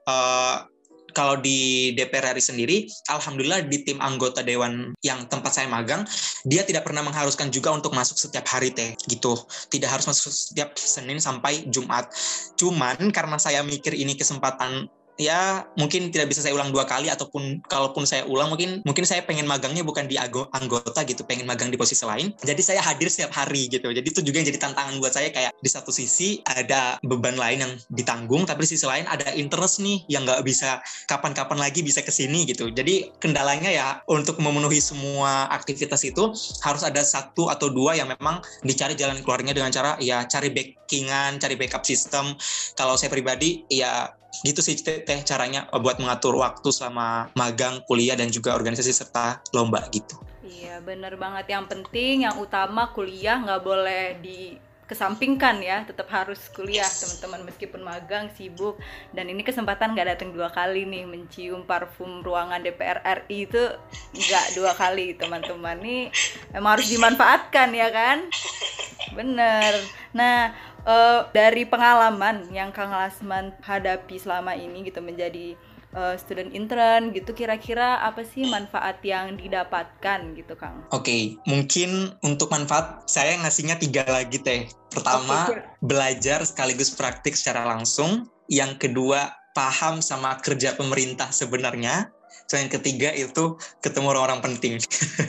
kalau di DPR RI sendiri, alhamdulillah di tim anggota dewan yang tempat saya magang, dia tidak pernah mengharuskan juga untuk masuk setiap hari teh gitu. Tidak harus masuk setiap Senin sampai Jumat. Cuman karena saya mikir ini kesempatan, ya mungkin tidak bisa saya ulang 2 kali, ataupun kalaupun saya ulang mungkin saya pengen magangnya bukan di anggota gitu, pengen magang di posisi lain. Jadi saya hadir setiap hari gitu. Jadi itu juga yang jadi tantangan buat saya, kayak di satu sisi ada beban lain yang ditanggung, tapi di sisi lain ada interest nih yang nggak bisa kapan-kapan lagi bisa kesini gitu. Jadi kendalanya ya untuk memenuhi semua aktivitas itu harus ada 1 atau 2 yang memang dicari jalan keluarnya dengan cara ya cari backingan, cari backup sistem. Kalau saya pribadi ya gitu sih teh caranya buat mengatur waktu selama magang, kuliah, dan juga organisasi serta lomba gitu. Iya bener banget, yang penting yang utama kuliah nggak boleh dikesampingkan ya, tetap harus kuliah teman-teman meskipun magang sibuk. Dan ini kesempatan nggak datang 2 kali nih, mencium parfum ruangan DPR RI itu nggak 2 kali teman-teman, nih emang harus dimanfaatkan ya kan, bener. Nah dari pengalaman yang Kang Lasman hadapi selama ini gitu menjadi student intern gitu, kira-kira apa sih manfaat yang didapatkan gitu Kang? Oke, mungkin untuk manfaat saya ngasihnya 3 lagi teh. Pertama, belajar sekaligus praktik secara langsung. Yang kedua, paham sama kerja pemerintah sebenarnya. So, yang ketiga itu ketemu orang-orang penting.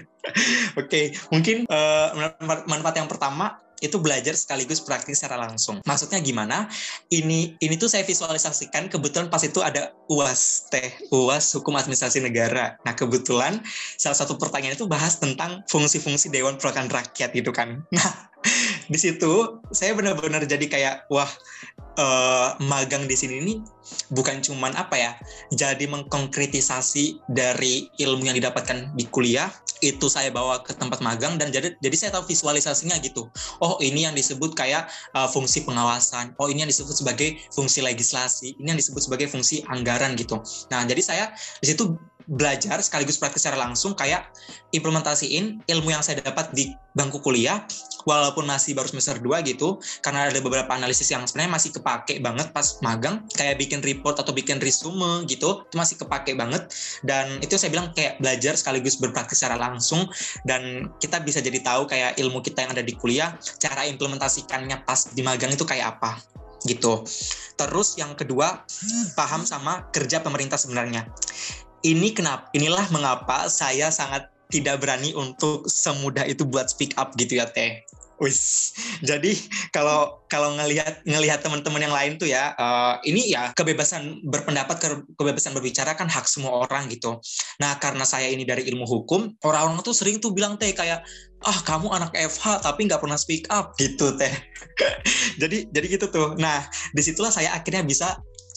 Oke, mungkin manfaat yang pertama itu belajar sekaligus praktik secara langsung. Maksudnya gimana? Ini tuh saya visualisasikan kebetulan pas itu ada UAS Hukum Administrasi Negara. Nah kebetulan salah satu pertanyaan itu bahas tentang fungsi-fungsi Dewan Perwakilan Rakyat gitu kan. Nah di situ saya benar-benar jadi kayak wah, magang di sini nih bukan cuman jadi mengkonkretisasi dari ilmu yang didapatkan di kuliah, itu saya bawa ke tempat magang, dan jadi saya tahu visualisasinya gitu. Oh ini yang disebut kayak fungsi pengawasan, oh ini yang disebut sebagai fungsi legislasi, ini yang disebut sebagai fungsi anggaran gitu. Nah jadi saya di situ belajar sekaligus praktis secara langsung, kayak implementasiin ilmu yang saya dapat di bangku kuliah walaupun masih baru semester 2 gitu, karena ada beberapa analisis yang sebenarnya masih kepake banget pas magang, kayak bikin report atau bikin resume gitu, itu masih kepake banget. Dan itu saya bilang kayak belajar sekaligus berpraktis secara langsung, dan kita bisa jadi tahu kayak ilmu kita yang ada di kuliah, cara implementasikannya pas di magang itu kayak apa gitu. Terus yang kedua, paham sama kerja pemerintah sebenarnya. Inilah mengapa saya sangat tidak berani untuk semudah itu buat speak up gitu ya Teh. Wis, jadi kalau ngelihat teman-teman yang lain tuh ya, ini ya kebebasan berpendapat, kebebasan berbicara kan hak semua orang gitu. Nah karena saya ini dari ilmu hukum, orang-orang tuh sering tuh bilang Teh kayak, kamu anak FH tapi nggak pernah speak up gitu Teh. jadi gitu tuh. Nah disitulah saya akhirnya bisa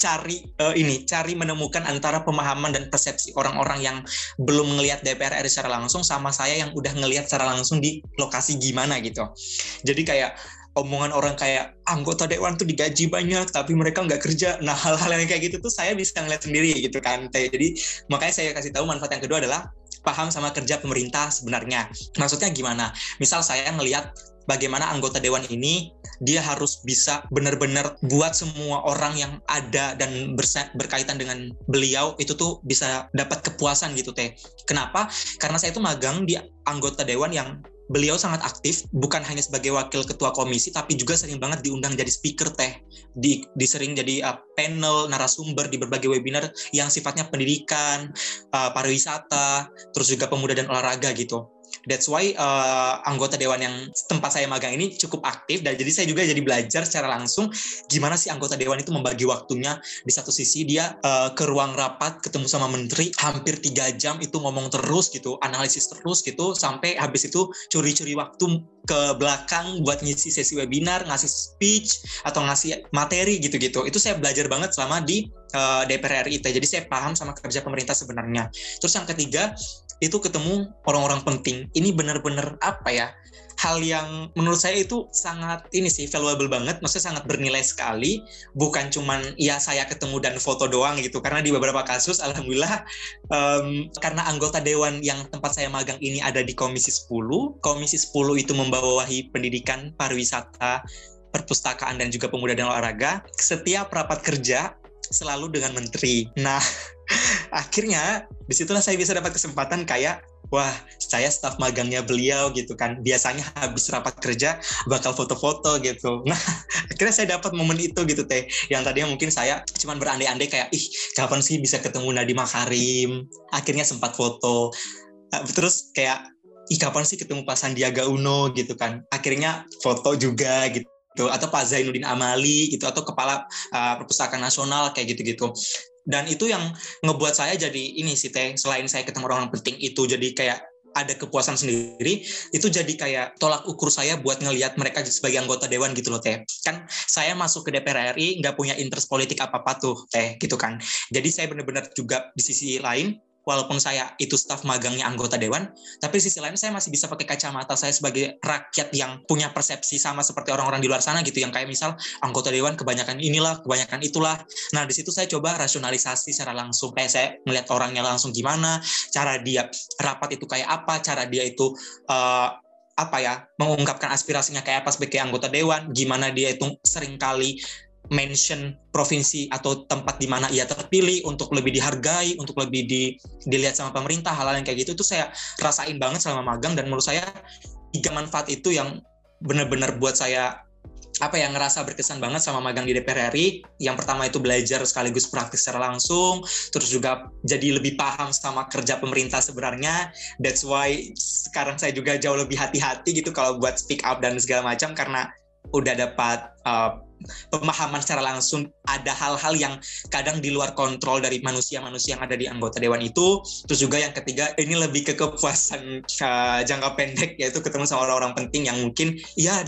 cari menemukan antara pemahaman dan persepsi orang-orang yang belum ngelihat DPR RI secara langsung sama saya yang udah ngelihat secara langsung di lokasi gimana gitu. Jadi kayak omongan orang kayak anggota dewan tuh digaji banyak tapi mereka nggak kerja. Nah hal-hal yang kayak gitu tuh saya bisa ngeliat sendiri gitu kan. Jadi makanya saya kasih tahu manfaat yang kedua adalah paham sama kerja pemerintah sebenarnya. Maksudnya gimana? Misal saya ngelihat bagaimana anggota dewan ini dia harus bisa benar-benar buat semua orang yang ada dan berkaitan dengan beliau itu tuh bisa dapat kepuasan gitu Teh. Kenapa? Karena saya itu magang di anggota dewan yang beliau sangat aktif, bukan hanya sebagai wakil ketua komisi, tapi juga sering banget diundang jadi speaker Teh, sering jadi panel, narasumber di berbagai webinar yang sifatnya pendidikan, pariwisata, terus juga pemuda dan olahraga gitu. That's why anggota dewan yang tempat saya magang ini cukup aktif, dan jadi saya juga jadi belajar secara langsung gimana sih anggota dewan itu membagi waktunya. Di satu sisi dia ke ruang rapat ketemu sama menteri hampir 3 jam itu ngomong terus gitu, analisis terus gitu, sampai habis itu curi-curi waktu ke belakang buat ngisi sesi webinar, ngasih speech atau ngasih materi gitu-gitu. Itu saya belajar banget selama di DPR RI. Jadi saya paham sama kerja pemerintah sebenarnya. Terus yang ketiga itu ketemu orang-orang penting. Ini benar-benar apa ya, hal yang menurut saya itu sangat valuable banget, maksudnya sangat bernilai sekali. Bukan cuman ya saya ketemu dan foto doang gitu, karena di beberapa kasus alhamdulillah karena anggota dewan yang tempat saya magang ini ada di Komisi 10 itu membawahi pendidikan, pariwisata, perpustakaan dan juga pemuda dan olahraga. Setiap rapat kerja selalu dengan menteri. Nah akhirnya disitulah saya bisa dapat kesempatan kayak, wah saya staf magangnya beliau gitu kan, biasanya habis rapat kerja bakal foto-foto gitu. Nah akhirnya saya dapat momen itu gitu Teh, yang tadinya mungkin saya cuman berandai-andai kayak, kapan sih bisa ketemu Nadiem Makarim, akhirnya sempat foto. Terus kayak, kapan sih ketemu Pak Sandiaga Uno gitu kan, akhirnya foto juga gitu, atau Pak Zainuddin Amali gitu, atau Kepala Perpustakaan Nasional kayak gitu-gitu. Dan itu yang ngebuat saya jadi ini sih Teh, selain saya ketemu orang penting itu jadi kayak ada kepuasan sendiri, itu jadi kayak tolak ukur saya buat ngelihat mereka sebagai anggota dewan gitu loh Teh. Kan saya masuk ke DPR RI nggak punya interest politik apa-apa tuh Teh gitu kan. Jadi saya benar-benar juga di sisi lain, walaupun saya itu staf magangnya anggota dewan, tapi di sisi lain saya masih bisa pakai kacamata saya sebagai rakyat yang punya persepsi sama seperti orang-orang di luar sana gitu, yang kayak misal anggota dewan kebanyakan inilah, kebanyakan itulah. Nah di situ saya coba rasionalisasi secara langsung, kayak saya melihat orangnya langsung gimana, cara dia rapat itu kayak apa, cara dia itu mengungkapkan aspirasinya kayak apa sebagai anggota dewan, gimana dia itu seringkali mention provinsi atau tempat di mana ia terpilih untuk lebih dihargai, untuk lebih dilihat sama pemerintah, hal-hal yang kayak gitu itu saya rasain banget selama magang. Dan menurut saya 3 manfaat itu yang benar-benar buat saya ngerasa berkesan banget sama magang di DPR RI. Yang pertama itu belajar sekaligus praktis secara langsung, terus juga jadi lebih paham sama kerja pemerintah sebenarnya. That's why sekarang saya juga jauh lebih hati-hati gitu kalau buat speak up dan segala macam, karena udah dapat pemahaman secara langsung ada hal-hal yang kadang di luar kontrol dari manusia-manusia yang ada di anggota dewan itu. Terus juga yang ketiga ini lebih ke kepuasan jangka pendek, yaitu ketemu sama orang-orang penting yang mungkin ya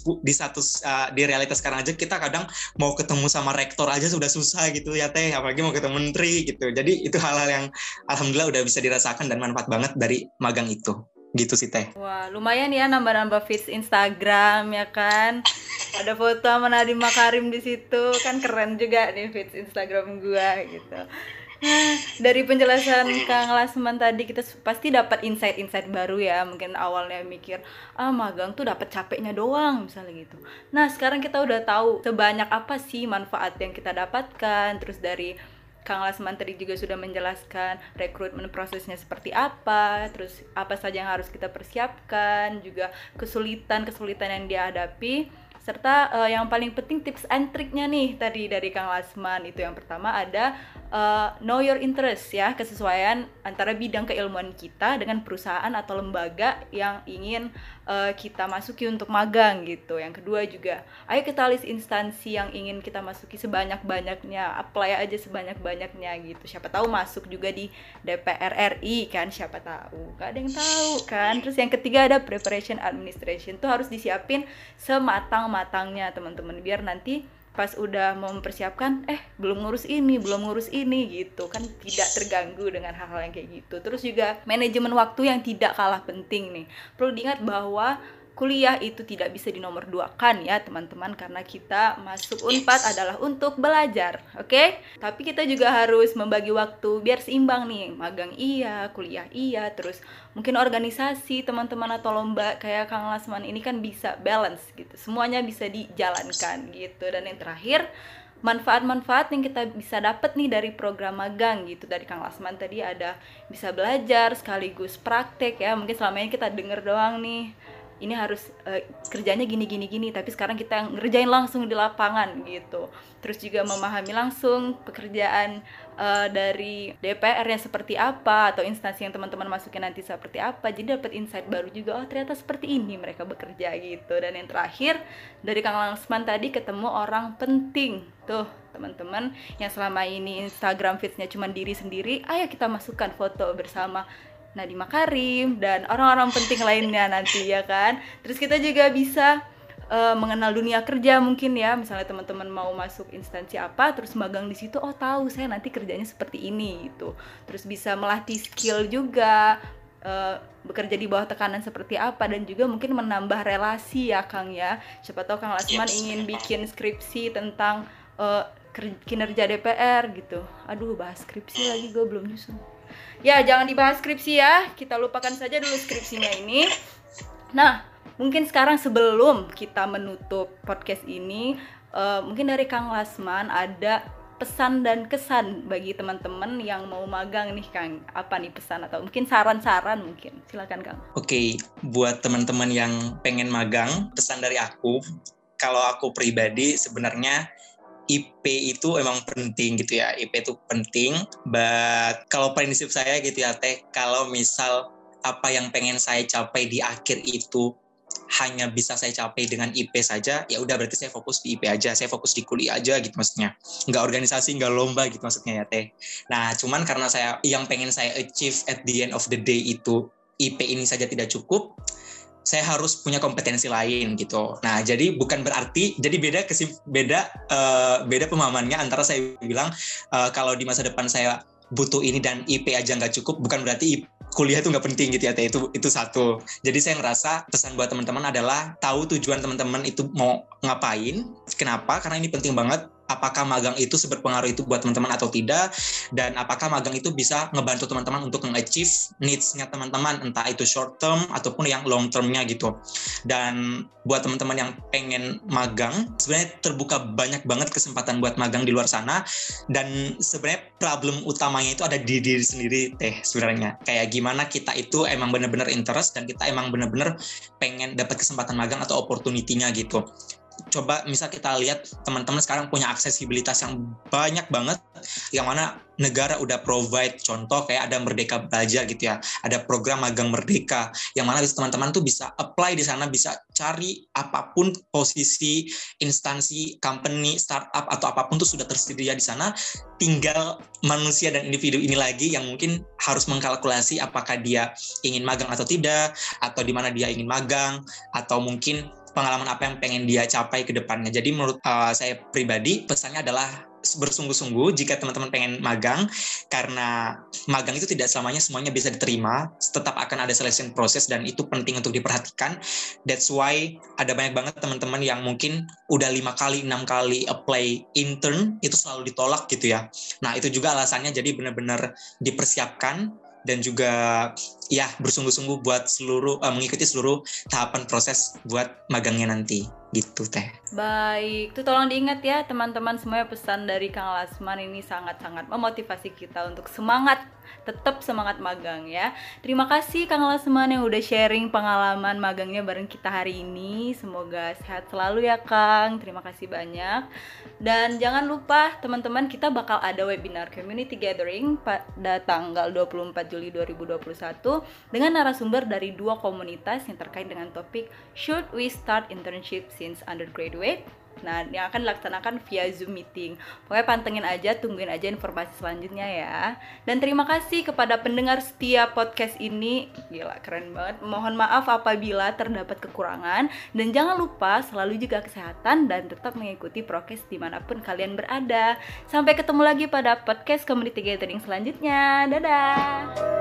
di realitas sekarang aja kita kadang mau ketemu sama rektor aja sudah susah gitu ya Teh, apalagi mau ketemu menteri gitu. Jadi itu hal-hal yang alhamdulillah udah bisa dirasakan dan manfaat banget dari magang itu. Gitu sih Teh. Wah lumayan ya nambah-nambah feeds Instagram ya kan. Ada foto sama Nadiem Makarim di situ kan, keren juga nih feeds Instagram gua gitu. Dari penjelasan Kang Lasman tadi kita pasti dapat insight-insight baru ya. Mungkin awalnya mikir, magang tuh dapat capeknya doang misalnya gitu. Nah, sekarang kita udah tahu sebanyak apa sih manfaat yang kita dapatkan. Terus dari Kang Lasman tadi juga sudah menjelaskan rekrutmen prosesnya seperti apa, terus apa saja yang harus kita persiapkan, juga kesulitan-kesulitan yang dihadapi. Serta yang paling penting tips and triknya nih tadi dari Kang Lasman. Itu yang pertama ada know your interest ya, kesesuaian antara bidang keilmuan kita dengan perusahaan atau lembaga yang ingin kita masuki untuk magang gitu. Yang kedua juga, ayo kita list instansi yang ingin kita masuki sebanyak-banyaknya, apply aja sebanyak-banyaknya gitu. Siapa tahu masuk juga di DPR RI kan, siapa tahu. Gak ada yang tahu kan. Terus yang ketiga ada preparation administration, tuh harus disiapin sematang-matangnya teman-teman, biar nanti pas udah mau mempersiapkan belum ngurus ini gitu kan, tidak terganggu dengan hal-hal yang kayak gitu. Terus juga manajemen waktu yang tidak kalah penting nih. Perlu diingat bahwa kuliah itu tidak bisa dinomor duakan ya teman-teman, karena kita masuk Unpad adalah untuk belajar, oke? Tapi kita juga harus membagi waktu biar seimbang nih, magang iya, kuliah iya, terus mungkin organisasi teman-teman atau lomba kayak Kang Lasman ini kan bisa balance gitu, semuanya bisa dijalankan gitu. Dan yang terakhir, manfaat-manfaat yang kita bisa dapat nih dari program magang gitu. Dari Kang Lasman tadi ada bisa belajar sekaligus praktek ya. Mungkin selama ini kita denger doang nih, ini harus kerjanya gini, tapi sekarang kita ngerjain langsung di lapangan gitu. Terus juga memahami langsung pekerjaan dari DPR-nya seperti apa, atau instansi yang teman-teman masukin nanti seperti apa. Jadi dapat insight baru juga, oh ternyata seperti ini mereka bekerja gitu. Dan yang terakhir, dari Kang Lasman tadi ketemu orang penting tuh teman-teman, yang selama ini Instagram feeds-nya cuma diri sendiri, ayo kita masukkan foto bersama Nadiem Makarim dan orang-orang penting lainnya nanti ya kan. Terus kita juga bisa mengenal dunia kerja mungkin ya, misalnya teman-teman mau masuk instansi apa terus magang di situ, oh tahu saya nanti kerjanya seperti ini gitu. Terus bisa melatih skill juga, bekerja di bawah tekanan seperti apa, dan juga mungkin menambah relasi ya Kang ya. Siapa tahu Kang Lasman ingin bikin skripsi tentang kinerja DPR gitu. Aduh, bahas skripsi lagi, gue belum nyusun. Ya, jangan dibahas skripsi ya, kita lupakan saja dulu skripsinya ini. Nah, mungkin sekarang sebelum kita menutup podcast ini, mungkin dari Kang Lasman ada pesan dan kesan bagi teman-teman yang mau magang nih Kang. Apa nih pesan atau mungkin saran-saran mungkin? Silakan Kang. Oke, buat teman-teman yang pengen magang, pesan dari aku, kalau aku pribadi sebenarnya IP itu emang penting gitu ya, IP itu penting, but kalau prinsip saya gitu ya Teh, kalau misal apa yang pengen saya capai di akhir itu hanya bisa saya capai dengan IP saja, ya udah berarti saya fokus di IP aja, saya fokus di kuliah aja gitu maksudnya, nggak organisasi, nggak lomba gitu maksudnya ya Teh. Nah cuman karena saya yang pengen saya achieve at the end of the day itu IP ini saja tidak cukup, saya harus punya kompetensi lain gitu. Nah, jadi bukan berarti, jadi beda pemahamannya antara saya bilang kalau di masa depan saya butuh ini dan IP aja nggak cukup, bukan berarti kuliah itu nggak penting gitu ya, itu satu. Jadi saya ngerasa pesan buat teman-teman adalah tahu tujuan teman-teman itu mau ngapain, kenapa, karena ini penting banget. Apakah magang itu berpengaruh itu buat teman-teman atau tidak, dan apakah magang itu bisa ngebantu teman-teman untuk nge-achieve needs-nya teman-teman, entah itu short term ataupun yang long term-nya gitu. Dan buat teman-teman yang pengen magang, sebenarnya terbuka banyak banget kesempatan buat magang di luar sana, dan sebenarnya problem utamanya itu ada di diri sendiri Teh sebenarnya. Kayak gimana kita itu emang benar-benar interest dan kita emang benar-benar pengen dapat kesempatan magang atau opportunity-nya gitu. Coba misal kita lihat teman-teman sekarang punya aksesibilitas yang banyak banget, yang mana negara udah provide, contoh kayak ada Merdeka Belajar gitu ya, ada program magang merdeka, yang mana teman-teman tuh bisa apply di sana, bisa cari apapun posisi instansi, company, startup atau apapun tuh sudah tersedia di sana. Tinggal manusia dan individu ini lagi yang mungkin harus mengkalkulasi apakah dia ingin magang atau tidak, atau di mana dia ingin magang, atau mungkin pengalaman apa yang pengen dia capai ke depannya. Jadi menurut saya pribadi pesannya adalah bersungguh-sungguh jika teman-teman pengen magang, karena magang itu tidak semuanya bisa diterima, tetap akan ada selection proses dan itu penting untuk diperhatikan. That's why ada banyak banget teman-teman yang mungkin udah 5 kali, 6 kali apply intern, itu selalu ditolak gitu ya. Nah itu juga alasannya, jadi benar-benar dipersiapkan dan juga ya bersungguh-sungguh buat mengikuti seluruh tahapan proses buat magangnya nanti gitu Teh. Baik, itu tolong diingat ya teman-teman semuanya, pesan dari Kang Lasman ini sangat-sangat memotivasi kita untuk tetap semangat magang ya. Terima kasih Kang Lasman yang udah sharing pengalaman magangnya bareng kita hari ini. Semoga sehat selalu ya Kang, terima kasih banyak. Dan jangan lupa teman-teman, kita bakal ada webinar community gathering pada tanggal 24 Juli 2021 dengan narasumber dari 2 komunitas yang terkait dengan topik Should we start internship since undergraduate? Nah, yang akan dilaksanakan via Zoom meeting. Pokoknya pantengin aja, tungguin aja informasi selanjutnya ya. Dan terima kasih kepada pendengar setia podcast ini. Gila, keren banget. Mohon maaf apabila terdapat kekurangan. Dan jangan lupa selalu jaga kesehatan dan tetap mengikuti prokes dimanapun kalian berada. Sampai ketemu lagi pada podcast Community Gathering selanjutnya. Dadah!